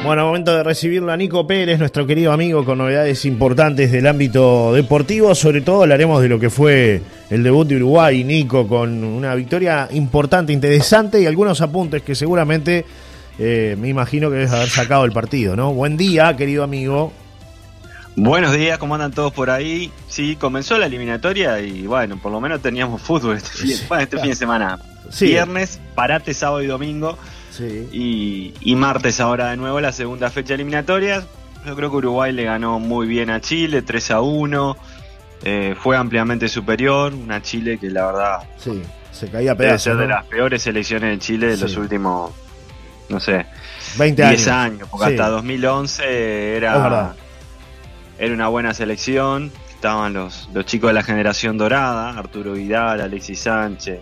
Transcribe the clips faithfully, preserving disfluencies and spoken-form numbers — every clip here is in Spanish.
Bueno, momento de recibirlo a Nico Pérez, nuestro querido amigo, con novedades importantes del ámbito deportivo. Sobre todo hablaremos de lo que fue el debut de Uruguay, Nico, con una victoria importante, interesante y algunos apuntes que seguramente eh, me imagino que debes haber sacado el partido, ¿no? Buen día, querido amigo. Buenos días, ¿cómo andan todos por ahí? Sí, comenzó la eliminatoria y bueno, por lo menos teníamos fútbol este fin, Sí, bueno, este fin de semana. Sí. Viernes, parate sábado y domingo. Sí. Y, y martes ahora de nuevo la segunda fecha eliminatoria. Yo creo que Uruguay le ganó muy bien a Chile, tres a uno. Eh, fue ampliamente superior. Una Chile que la verdad Sí, se caía a debe pedazos, ser ¿no? de las peores selecciones de Chile de Sí. los últimos, no sé, veinte diez años. años. Porque Sí. hasta dos mil once Es era, verdad. era una buena selección. Estaban los, los chicos de la generación dorada, Arturo Vidal, Alexis Sánchez,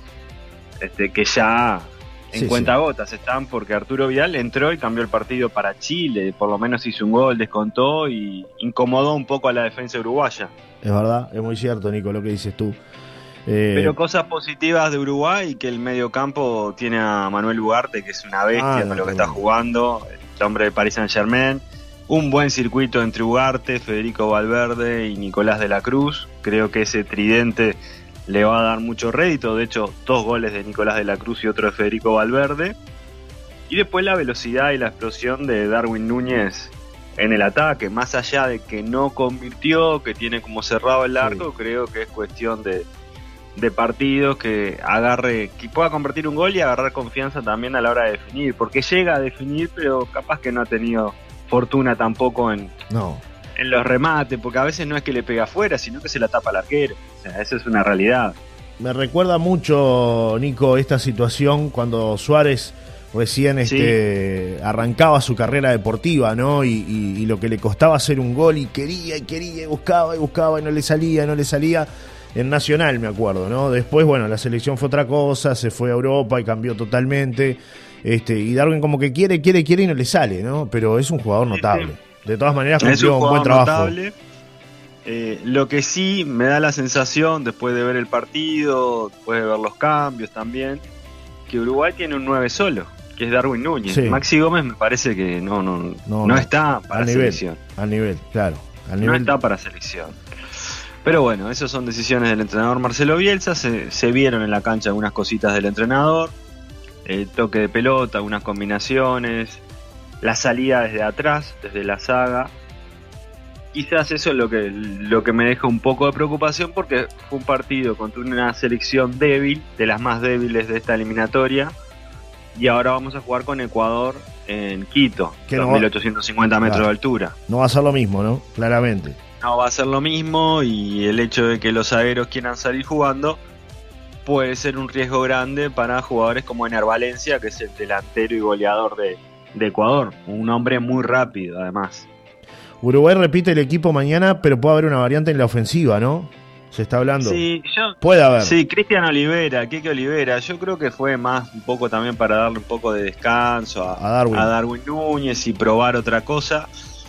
este, que ya en Sí, cuentagotas están, porque Arturo Vidal entró y cambió el partido para Chile, por lo menos hizo un gol, descontó y incomodó un poco a la defensa uruguaya. Es verdad, es muy cierto, Nico, lo que dices tú. Eh, Pero cosas positivas de Uruguay, que el medio campo tiene a Manuel Ugarte, que es una bestia Ah, con no, lo que qué está bueno. jugando, el hombre de Paris Saint Germain. Un buen circuito entre Ugarte, Federico Valverde y Nicolás de la Cruz. Creo que ese tridente le va a dar mucho rédito. De hecho, dos goles de Nicolás de la Cruz y otro de Federico Valverde. Y después la velocidad y la explosión de Darwin Núñez en el ataque. Más allá de que no convirtió, que tiene como cerrado el arco, Sí. creo que es cuestión de, de partidos que agarre, que pueda convertir un gol y agarrar confianza también a la hora de definir. Porque llega a definir, pero capaz que no ha tenido fortuna tampoco en, no. en los remates, porque a veces no es que le pega afuera, sino que se la tapa al arquero. O sea, eso es una realidad. Me recuerda mucho, Nico, esta situación cuando Suárez recién este, arrancaba su carrera deportiva, ¿no? Y, y, y lo que le costaba hacer un gol y quería y quería y buscaba y buscaba y no le salía, no le salía. En Nacional, me acuerdo, ¿no? Después, bueno, la selección fue otra cosa, se fue a Europa y cambió totalmente. Este, y Darwin como que quiere, quiere, quiere y no le sale, ¿no? Pero es un jugador notable. De todas maneras, Es cumplió un un buen jugador trabajo. notable. Eh, lo que sí me da la sensación, después de ver el partido, después de ver los cambios también, que Uruguay tiene un nueve solo, que es Darwin Núñez. Sí. Maxi Gómez me parece que no, no, No, no, no. está para Al nivel, selección. al nivel, claro. Al No nivel. está para selección. Pero bueno, esas son decisiones del entrenador Marcelo Bielsa. Se, se vieron en la cancha algunas cositas del entrenador. El toque de pelota, algunas combinaciones, la salida desde atrás, desde la saga. Quizás eso es lo que, lo que me deja un poco de preocupación, porque fue un partido contra una selección débil, de las más débiles de esta eliminatoria, y ahora vamos a jugar con Ecuador en Quito, Que no dos mil ochocientos cincuenta metros Claro. de altura. No va a ser lo mismo, ¿no? Claramente. No va a ser lo mismo, y el hecho de que los zagueros quieran salir jugando puede ser un riesgo grande para jugadores como Ener Valencia, que es el delantero y goleador de, de Ecuador, un hombre muy rápido además. Uruguay repite el equipo mañana, pero puede haber una variante en la ofensiva, ¿no? Se está hablando. Sí, yo, Puede haber. sí, Cristian Olivera, Kike Olivera, yo creo que fue más un poco también para darle un poco de descanso a, A Darwin. a Darwin Núñez y probar otra cosa.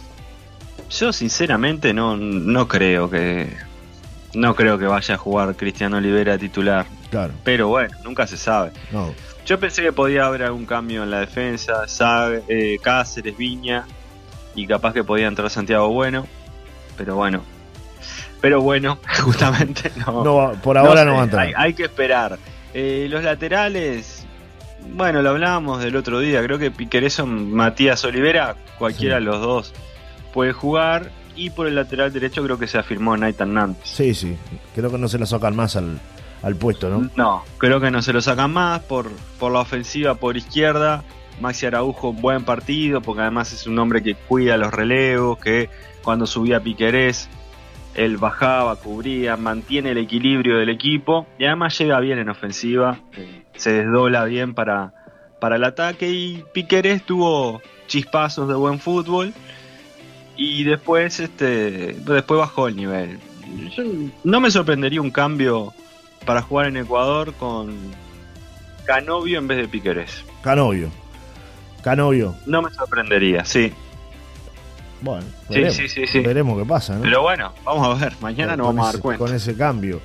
Yo sinceramente no, no creo que no creo que vaya a jugar Cristian Olivera titular, Claro. pero bueno, nunca se sabe. No. Yo pensé que podía haber algún cambio en la defensa, Sabe, eh, Cáceres, Viña, y capaz que podía entrar Santiago Bueno, pero bueno, pero bueno, justamente no. No va- por ahora no sé, va a entrar. Hay, hay que esperar. Eh, los laterales, bueno, lo hablábamos del otro día, creo que Piquerezon, Matías Olivera, cualquiera Sí. de los dos puede jugar, y por el lateral derecho creo que se afirmó Nathan Nantes. Sí, sí. Creo que no se la sacan más al, al puesto, ¿no? No, creo que no se lo sacan más por, por la ofensiva por izquierda. Maxi Araujo, buen partido, porque además es un hombre que cuida los relevos, que cuando subía Piquerés, él bajaba, cubría, mantiene el equilibrio del equipo y además llega bien en ofensiva, eh, se desdobla bien para, para el ataque, y Piquerés tuvo chispazos de buen fútbol y después, este, después bajó el nivel. Yo no me sorprendería un cambio para jugar en Ecuador con Canovio en vez de Piquerés. Canovio. Canovio. No me sorprendería, sí. Bueno, Sí, veremos, sí, sí, sí. veremos qué pasa, ¿no? Pero bueno, vamos a ver. Mañana Con- nos con vamos a ese- dar cuenta. Con ese cambio.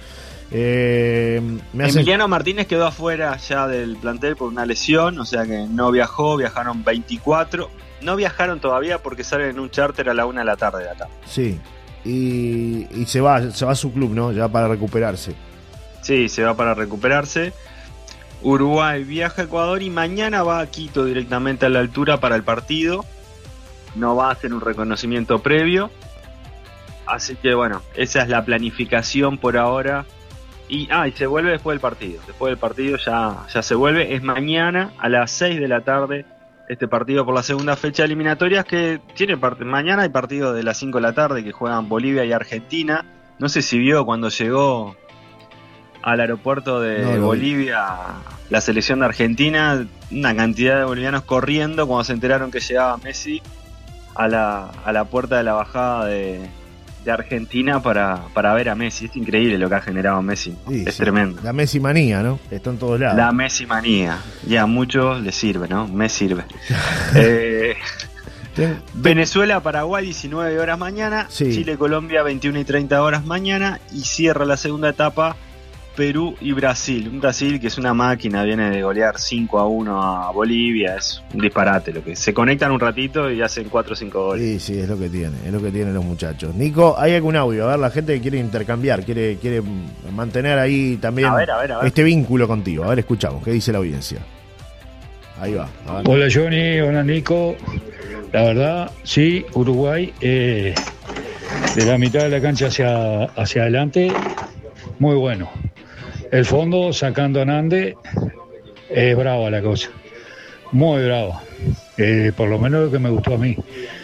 Eh, me hace... Emiliano Martínez quedó afuera ya del plantel por una lesión, o sea que no viajó, viajaron veinticuatro. No viajaron todavía porque salen en un charter a la una de la tarde de acá. Sí, y, y se va, se va a su club, ¿no? Ya para recuperarse. Sí, se va para recuperarse. Uruguay viaja a Ecuador y mañana va a Quito directamente a la altura para el partido. No va a hacer un reconocimiento previo. Así que bueno, esa es la planificación por ahora. Y, ah, y se vuelve después del partido. Después del partido ya, ya se vuelve. Es mañana a las seis de la tarde este partido por la segunda fecha de eliminatorias, que tiene parte. Mañana hay partido de las cinco de la tarde que juegan Bolivia y Argentina. No sé si vio cuando llegó al aeropuerto de no, no, Bolivia la selección de Argentina, una cantidad de bolivianos corriendo cuando se enteraron que llegaba Messi a la, a la puerta de la bajada de, de Argentina para, para ver a Messi. Es increíble lo que ha generado Messi, sí, es sí. Tremendo. La Messi manía, ¿no? Está en todos lados. La Messi manía, y a muchos les sirve, ¿no? Me sirve. eh, Ten, Venezuela, Paraguay, diecinueve horas mañana. Sí. Chile, Colombia, veintiuna y treinta horas mañana. Y cierra la segunda etapa Perú y Brasil. Un Brasil que es una máquina, viene de golear cinco a uno a Bolivia. Es un disparate lo que se conectan un ratito y hacen cuatro o cinco goles. Sí, sí, es lo que tiene, es lo que tienen los muchachos. Nico, hay algún audio, a ver, la gente que quiere intercambiar, quiere, quiere mantener ahí también a ver, a ver, a ver. este vínculo contigo. A ver, escuchamos, ¿qué dice la audiencia? Ahí va. A ver. Hola Johnny, hola Nico. La verdad, sí, Uruguay, eh, de la mitad de la cancha hacia, hacia adelante, muy bueno. El fondo, sacando a Nande, es brava la cosa. Muy brava. Eh, por lo menos lo que me gustó a mí.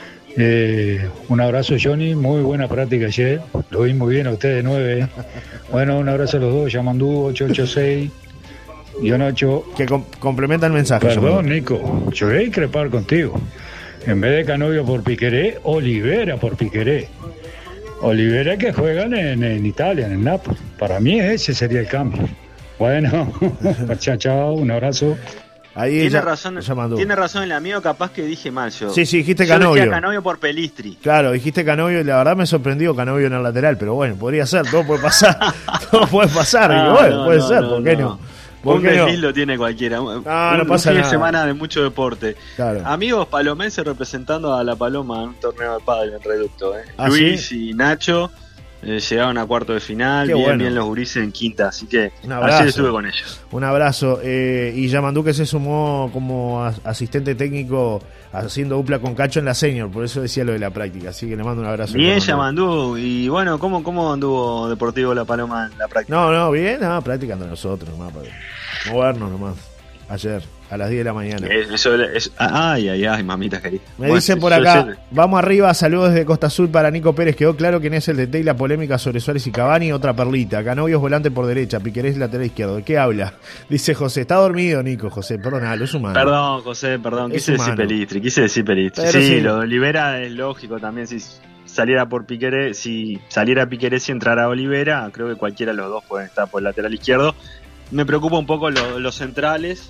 Eh, un abrazo Johnny, muy buena práctica ayer. Lo vi muy bien a ustedes nueve. ¿eh? Bueno, un abrazo a los dos. Yamandú ocho ocho seis. Guión ocho. Que com- complementa el mensaje. Perdón, Nico. Yo voy a increpar contigo. En vez de Canovio por Piqueré, Olivera por Piqueré. Olivera que juegan en, en Italia, en el Napoli. Para mí ese sería el cambio. Bueno, chao, chao, un abrazo. Ahí tiene, ella, razón, ella tiene razón el amigo, capaz que dije mal yo. Sí, sí, dijiste yo Canovio. Decía Canovio por Pelistri. Claro, dijiste Canovio y la verdad me sorprendió Canovio en el lateral, pero bueno, podría ser, todo puede pasar. Todo puede pasar, Ah, y bueno, no, puede no, ser, no, ¿por qué no? no? ¿Por Un qué desliz no? lo tiene cualquiera. No, un, no pasa un fin nada. de semana de mucho deporte. Claro. Amigos palomenses representando a la Paloma en un torneo de pádel en Reducto. ¿eh? ¿Ah, Luis sí? y Nacho eh, llegaron a cuarto de final. Qué bien, bueno. bien los gurises en quinta. Así que Un abrazo. ayer estuve con ellos. Un abrazo. Eh, y Yamandú que se sumó como as- asistente técnico haciendo dupla con Cacho en la senior, por eso decía lo de la práctica. Así que le mando un abrazo. Bien, Yamandú. Y bueno, ¿cómo, ¿cómo anduvo Deportivo La Paloma en la práctica? No, no, bien, no, practicando nosotros nomás, para movernos nomás. Ayer, a las diez de la mañana. Eh, Eso es, ay, ay, ay, mamita querida. Me Bueno, dicen por yo acá, sé- vamos arriba, saludos desde Costa Azul para Nico Pérez. Quedó claro quién es el D T y la polémica sobre Suárez y Cavani. Otra perlita. Canovio es volante por derecha, Piquerés lateral izquierdo. ¿De qué habla? Dice José. Está dormido, Nico, José. Perdónalo, es humano. Perdón, José, perdón. Es Quise decir humano. Pelistri, quise decir Pelistri. Pero Sí, sí. lo de Olivera es lógico también. Si saliera por Piqueré, si saliera Piqueré y entrara Olivera, creo que cualquiera de los dos puede estar por el lateral izquierdo. Me preocupa un poco lo- los centrales.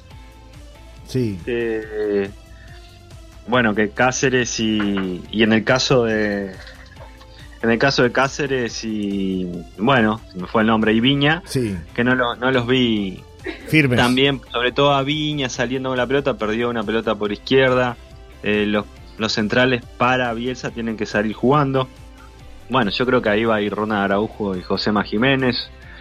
Sí. Eh, bueno, que Cáceres y, y en el caso de en el caso de Cáceres y bueno, se me fue el nombre, y Viña, Sí. que no, lo- no los vi Firmes. también, sobre todo a Viña saliendo con la pelota, perdió una pelota por izquierda. Eh, los, los centrales para Bielsa tienen que salir jugando. Bueno, yo creo que ahí va a ir Ronald Araujo y Josema Jiménez.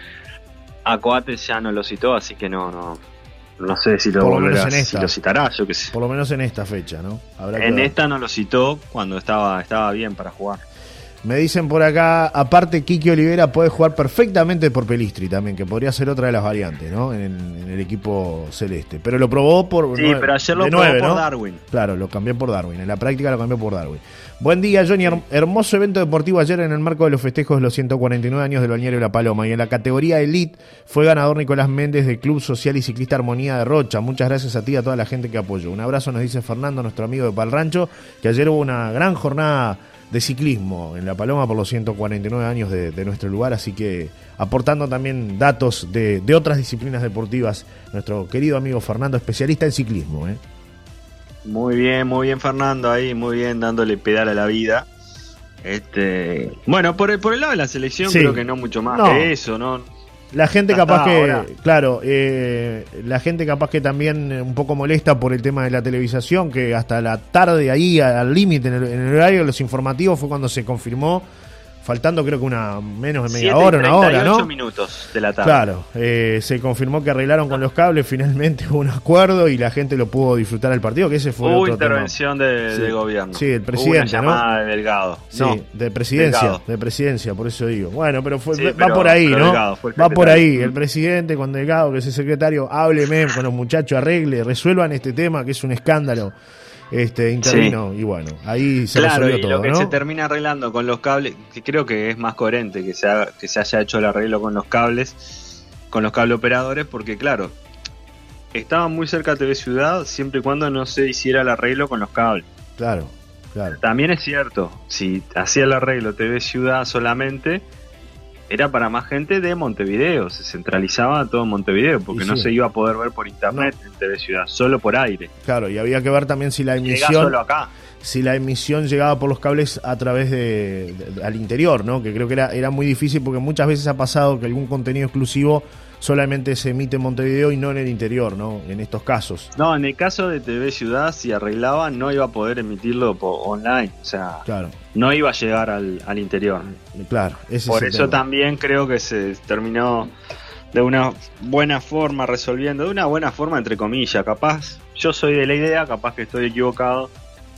A Coates ya no lo citó, así que no no no sé si lo Por lo menos volverá, en si esta. lo citará, yo qué sé. Por lo menos en esta fecha, ¿no? Habrá que En ver. esta no lo citó cuando estaba estaba bien para jugar. Me dicen por acá, aparte Quique Olivera puede jugar perfectamente por Pelistri también, que podría ser otra de las variantes, ¿no? En, en el equipo celeste. Pero lo probó por Sí, nueve- pero ayer lo de probó nueve, por ¿no? Darwin. Claro, lo cambié por Darwin. En la práctica lo cambié por Darwin. Buen día, Johnny. Her- hermoso evento deportivo ayer en el marco de los festejos de los ciento cuarenta y nueve años del Balneario La Paloma. Y en la categoría Elite fue ganador Nicolás Méndez del Club Social y Ciclista Armonía de Rocha. Muchas gracias a ti y a toda la gente que apoyó. Un abrazo, nos dice Fernando, nuestro amigo de Palrancho, que ayer hubo una gran jornada de ciclismo en La Paloma por los ciento cuarenta y nueve años de, de nuestro lugar, así que aportando también datos de, de otras disciplinas deportivas, nuestro querido amigo Fernando, especialista en ciclismo, ¿eh? Muy bien, muy bien Fernando ahí, muy bien dándole pedal a la vida. Este, bueno, por el, por el lado de la selección Sí. creo que no mucho más No. que eso, ¿no? La gente Ya capaz está, que, ahora. claro, eh, la gente capaz que también un poco molesta por el tema de la televisación, que hasta la tarde ahí, al límite, en el, en el horario de los informativos, fue cuando se confirmó, faltando creo que una menos de media hora, una hora, ¿no? Minutos de la tarde. Claro, eh, se confirmó que arreglaron con los cables, finalmente hubo un acuerdo y la gente lo pudo disfrutar al partido, que ese fue Hubo otro intervención de, Sí. de gobierno. Sí, el presidente, Hubo una llamada de Delgado. Sí, No, de presidencia, Delgado. de presidencia, por eso digo. Bueno, pero fue, Sí, va pero- por ahí, pero ¿no? Delgado fue el Va por secretario. ahí, el presidente con Delgado, que es el secretario, hábleme con los muchachos, arregle, resuelvan este tema, que es un escándalo. Este, intervino, y bueno, ahí se Claro, resolvió y todo, lo que ¿no? se termina arreglando con los cables, que creo que es más coherente que se, haga- que se haya hecho el arreglo con los cables, con los cable operadores, porque claro, estaba muy cerca de T V Ciudad siempre y cuando no se hiciera el arreglo con los cables. Claro, claro. También es cierto, si hacía el arreglo T V Ciudad solamente, era para más gente de Montevideo, se centralizaba todo en Montevideo, porque Y no sí. se iba a poder ver por internet en T V Ciudad, solo por aire. Claro, y había que ver también si la Llega emisión solo acá. si la emisión llegaba por los cables a través de, de- al interior, ¿no? Que creo que era, era muy difícil porque muchas veces ha pasado que algún contenido exclusivo solamente se emite en Montevideo y no en el interior, ¿no? En estos casos. No, en el caso de T V Ciudad, si arreglaba, no iba a poder emitirlo por online. O sea, Claro, no iba a llegar al, al interior. claro. Ese Por es el eso tema. también creo que se terminó de una buena forma resolviendo, de una buena forma entre comillas. Capaz, yo soy de la idea, capaz que estoy equivocado,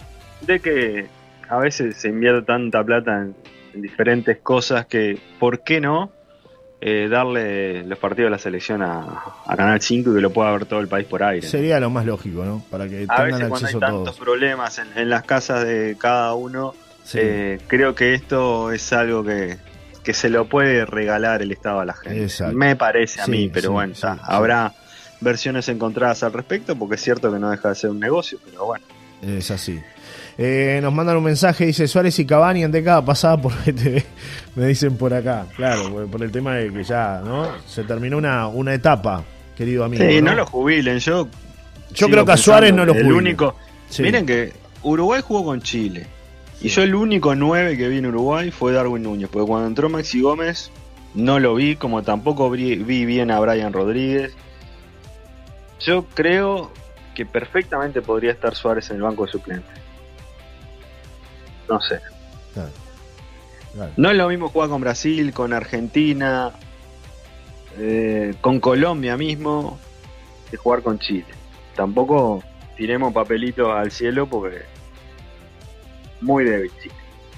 de que a veces se invierte tanta plata en, en diferentes cosas que, ¿por qué no? Eh, darle los partidos de la selección a, a Canal cinco y que lo pueda ver todo el país por aire. Sería lo más lógico, ¿no? Para que A tengan veces cuando hay acceso tantos todos. problemas en, en las casas de cada uno, Sí. eh, creo que esto es algo que, que se lo puede regalar el Estado a la gente. Exacto. Me parece a Sí, mí, pero sí, bueno, sí, ta, sí. habrá versiones encontradas al respecto, porque es cierto que no deja de ser un negocio, pero bueno. Es así. Eh, nos mandan un mensaje, dice Suárez y Cavani en década pasada por G T V. Me dicen por acá, claro, por- por el tema de que ya, ¿no? Se terminó una, una etapa, querido amigo. Sí, no ¿no? lo jubilen, yo Yo sigo creo que a pensando Suárez no lo el jubilen. único. Sí. Miren que Uruguay jugó con Chile. Y yo el único nueve que vi en Uruguay fue Darwin Núñez, porque cuando entró Maxi Gómez no lo vi, como tampoco vi, vi bien a Brian Rodríguez. Yo creo que perfectamente podría estar Suárez en el banco de suplentes. No sé. Claro, claro. No es lo mismo jugar con Brasil, con Argentina, eh, con Colombia mismo, que jugar con Chile. Tampoco tiremos papelitos al cielo porque muy débil Chile.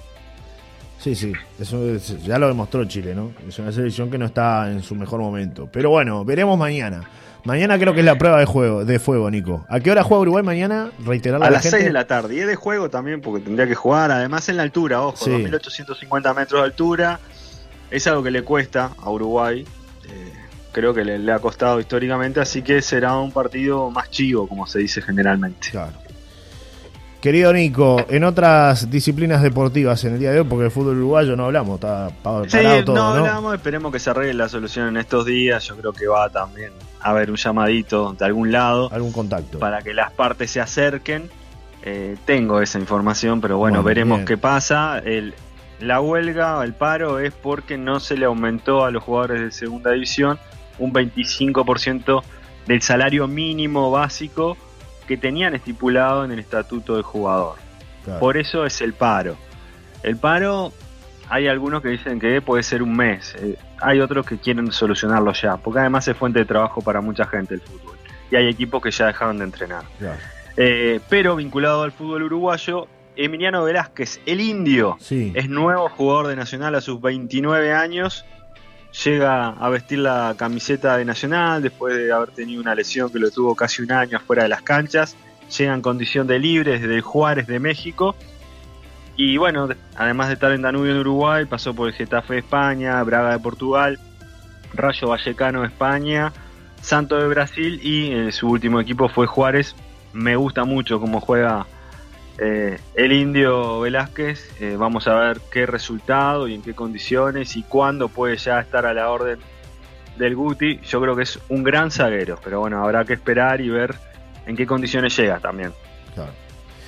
Sí, sí, eso es- ya lo demostró Chile, ¿no? Es una selección que no está en su mejor momento. Pero bueno, veremos mañana. Mañana creo que es la prueba de juego, de fuego, Nico. ¿A qué hora juega Uruguay mañana? Reiterarle A a la las gente. seis de la tarde. Y es de juego también porque tendría que jugar. Además en la altura, ojo, Sí. dos mil ochocientos cincuenta metros de altura. Es algo que le cuesta a Uruguay. Eh, creo que le, le ha costado históricamente. Así que será un partido más chivo, como se dice generalmente. Claro. Querido Nico, en otras disciplinas deportivas en el día de hoy, porque el fútbol uruguayo no hablamos, está pa- Sí, parado todo, no ¿no? hablamos, esperemos que se arregle la solución en estos días. Yo creo que va también a haber un llamadito de algún lado Algún contacto. para que las partes se acerquen. Eh, tengo esa información, pero bueno, Bueno, veremos bien. qué pasa. El, la huelga, el paro, es porque no se le aumentó a los jugadores de segunda división un veinticinco por ciento del salario mínimo básico que tenían estipulado en el estatuto del jugador. Claro. Por eso es el paro. El paro, hay algunos que dicen que puede ser un mes. Eh, hay otros que quieren solucionarlo ya, porque además es fuente de trabajo para mucha gente el fútbol. Y hay equipos que ya dejaron de entrenar. Claro. Eh, pero vinculado al fútbol uruguayo, Emiliano Velázquez, el indio, Sí. es nuevo jugador de Nacional a sus veintinueve años. Llega a vestir la camiseta de Nacional después de haber tenido una lesión que lo tuvo casi un año fuera de las canchas. Llega en condición de libre desde el Juárez de México. Y bueno, además de estar en Danubio en Uruguay, pasó por el Getafe de España, Braga de Portugal, Rayo Vallecano de España, Santos de Brasil y eh, su último equipo fue Juárez. Me gusta mucho cómo juega eh, el indio Velázquez. Eh, vamos a ver qué resultado y en qué condiciones y cuándo puede ya estar a la orden del Guti. Yo creo que es un gran zaguero, pero bueno, habrá que esperar y ver en qué condiciones llega también. Claro.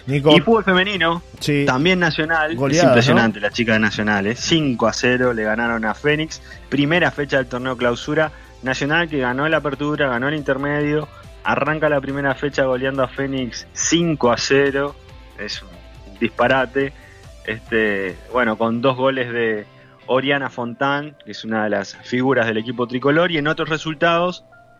Nico. Y fútbol femenino, sí. también nacional. Goleadas, es impresionante, ¿no? La chica de Nacional, ¿eh? cinco a cero le ganaron a Fénix. Primera fecha del torneo clausura. Nacional que ganó la apertura, ganó el intermedio. Arranca la primera fecha goleando a Fénix cinco a cero. Es un disparate. Este, bueno, con dos goles de Oriana Fontán, que es una de las figuras del equipo tricolor. Y en otros resultados,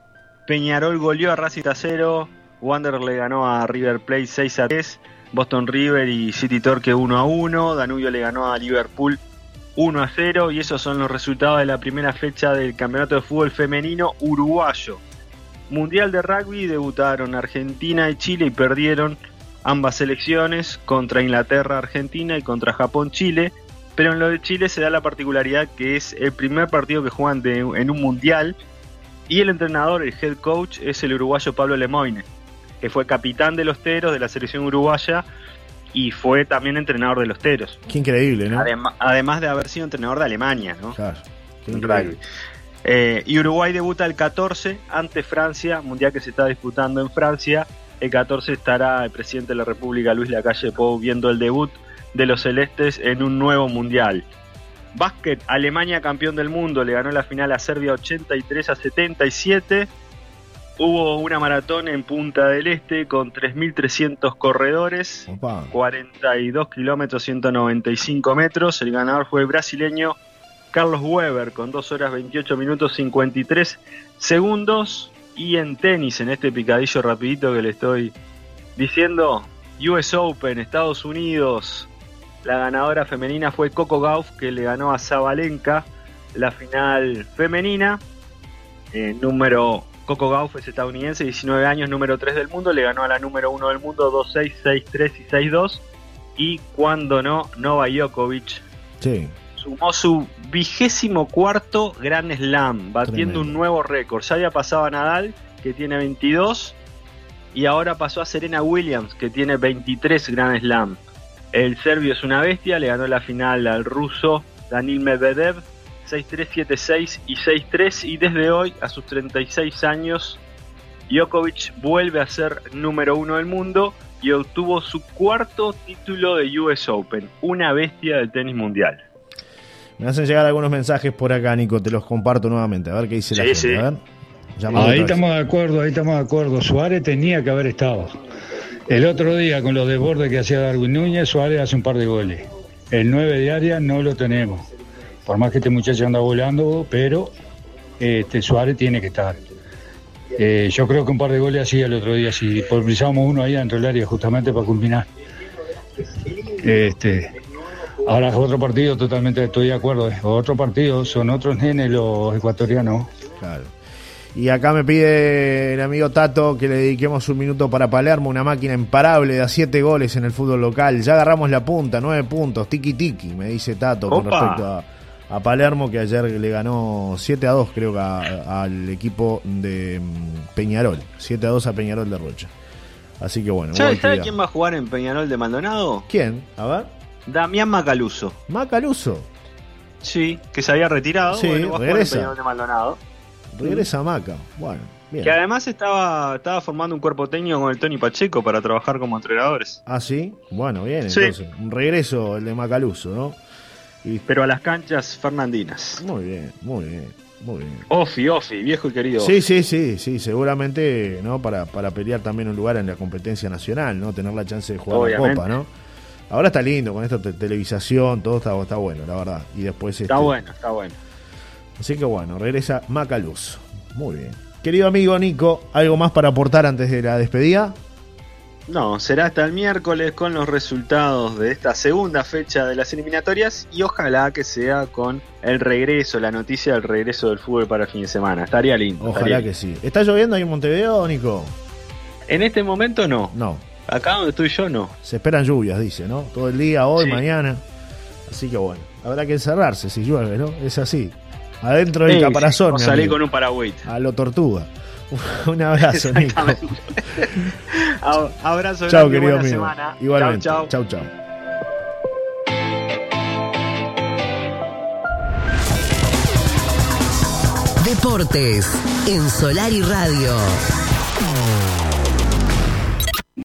Peñarol goleó a Racing a cero. Wanderers le ganó a River Plate seis a tres. Boston River y City Torque uno a uno. Danubio le ganó a Liverpool uno a cero. Y esos son los resultados de la primera fecha del Campeonato de Fútbol Femenino Uruguayo. Mundial de Rugby, debutaron Argentina y Chile y perdieron ambas selecciones contra Inglaterra, Argentina y contra Japón, Chile. Pero en lo de Chile se da la particularidad que es el primer partido que juegan de, en un mundial. Y el entrenador, el head coach, es el uruguayo Pablo Lemoine, que fue capitán de los Teros de la selección uruguaya y fue también entrenador de los Teros. Qué increíble, ¿no? Adem- además de haber sido entrenador de Alemania, ¿no? Claro, qué En increíble. rugby. Eh, y Uruguay debuta el catorce ante Francia, mundial que se está disputando en Francia. El catorce estará el presidente de la República, Luis Lacalle Pou, viendo el debut de los celestes en un nuevo mundial. Básquet, Alemania campeón del mundo, le ganó la final a Serbia ochenta y tres a setenta y siete. Hubo una maratón en Punta del Este con tres mil trescientos corredores, Opa. cuarenta y dos kilómetros, ciento noventa y cinco metros. El ganador fue el brasileño Carlos Weber con dos horas veintiocho minutos cincuenta y tres segundos. Y en tenis, en este picadillo rapidito que le estoy diciendo, U S Open, Estados Unidos, la ganadora femenina fue Coco Gauff, que le ganó a Zabalenka la final femenina. Eh, número Coco Gauff es estadounidense, diecinueve años, número tres del mundo, le ganó a la número uno del mundo dos seis, seis tres y seis dos. Y cuando no, Novak Djokovic Sí. sumó su vigésimo cuarto Grand Slam, batiendo Tremendo. un nuevo récord. Ya había pasado a Nadal, que tiene veintidós, y ahora pasó a Serena Williams, que tiene veintitrés Grand Slam. El serbio es una bestia, le ganó la final al ruso Daniil Medvedev, seis tres, siete seis y seis tres, y desde hoy, a sus treinta y seis años, Djokovic vuelve a ser número uno del mundo y obtuvo su cuarto título de U S Open, una bestia del tenis mundial. Me hacen llegar algunos mensajes por acá, Nico, te los comparto nuevamente, a ver qué dice la Sí, gente. sí. A ver. Llamado Ahí otra vez. estamos de acuerdo, ahí estamos de acuerdo. Suárez tenía que haber estado. El otro día, con los desbordes que hacía Darwin Núñez, Suárez hace un par de goles. El nueve de área no lo tenemos. Por más que este muchacho anda volando, pero este Suárez tiene que estar. Eh, yo creo que un par de goles hacía el otro día, si pulverizamos uno ahí dentro del área justamente para culminar. Este, ahora es otro partido, totalmente estoy de acuerdo. Es otro partido, son otros nenes los ecuatorianos. Claro. Y acá me pide el amigo Tato que le dediquemos un minuto para Palermo, una máquina imparable, da siete goles en el fútbol local. Ya agarramos la punta, nueve puntos, tiki tiki, me dice Tato con Opa. respecto a, a Palermo, que ayer le ganó siete a dos, creo que a- al equipo de mm, Peñarol. siete a dos a Peñarol de Rocha. Así que bueno. ¿Sabe, buena ¿sabe actividad. quién va a jugar en Peñarol de Maldonado? ¿Quién? A ver. Damián Macaluso. Macaluso. Sí, que se había retirado. Sí, bueno, va a jugar en regresa. Peñarol de Maldonado. Regresa Maca. Bueno, bien. Que además estaba, estaba formando un cuerpo técnico con el Tony Pacheco para trabajar como entrenadores. Ah, sí. Bueno, bien, Sí. entonces. Un regreso el de Macaluso, ¿no? Y Pero a las canchas fernandinas. muy bien, muy bien, muy bien. Ofi, Ofi, viejo y querido. Sí, sí, sí, sí, seguramente, ¿no? Para, para pelear también un lugar en la competencia nacional, ¿no? Tener la chance de jugar Obviamente. la Copa, ¿no? Ahora está lindo con esta te- televisación, todo está, está bueno, la verdad. Y después Está este, bueno, está bueno. Así que bueno, regresa Macaluso. Muy bien. Querido amigo Nico, ¿algo más para aportar antes de la despedida? No, será hasta el miércoles con los resultados de esta segunda fecha de las eliminatorias y ojalá que sea con el regreso, la noticia del regreso del fútbol para el fin de semana. Estaría lindo. Ojalá estaría que sí. ¿Está lloviendo ahí en Montevideo, Nico? lindo. En este momento no. No. Acá donde estoy yo no. Se esperan lluvias, dice, ¿no? Todo el día, hoy, Sí. mañana. Así que bueno, habrá que encerrarse si llueve, ¿no? Es así. Adentro del Sí, caparazón. o mi salí amigo. con un paragüita. A lo tortuga. Un abrazo, Nico. Exactamente. A- Abrazo Chao, grande, querido buena amigo. semana. Igualmente. Chau, Chau, chau. chau. Deportes en Solar y Radio.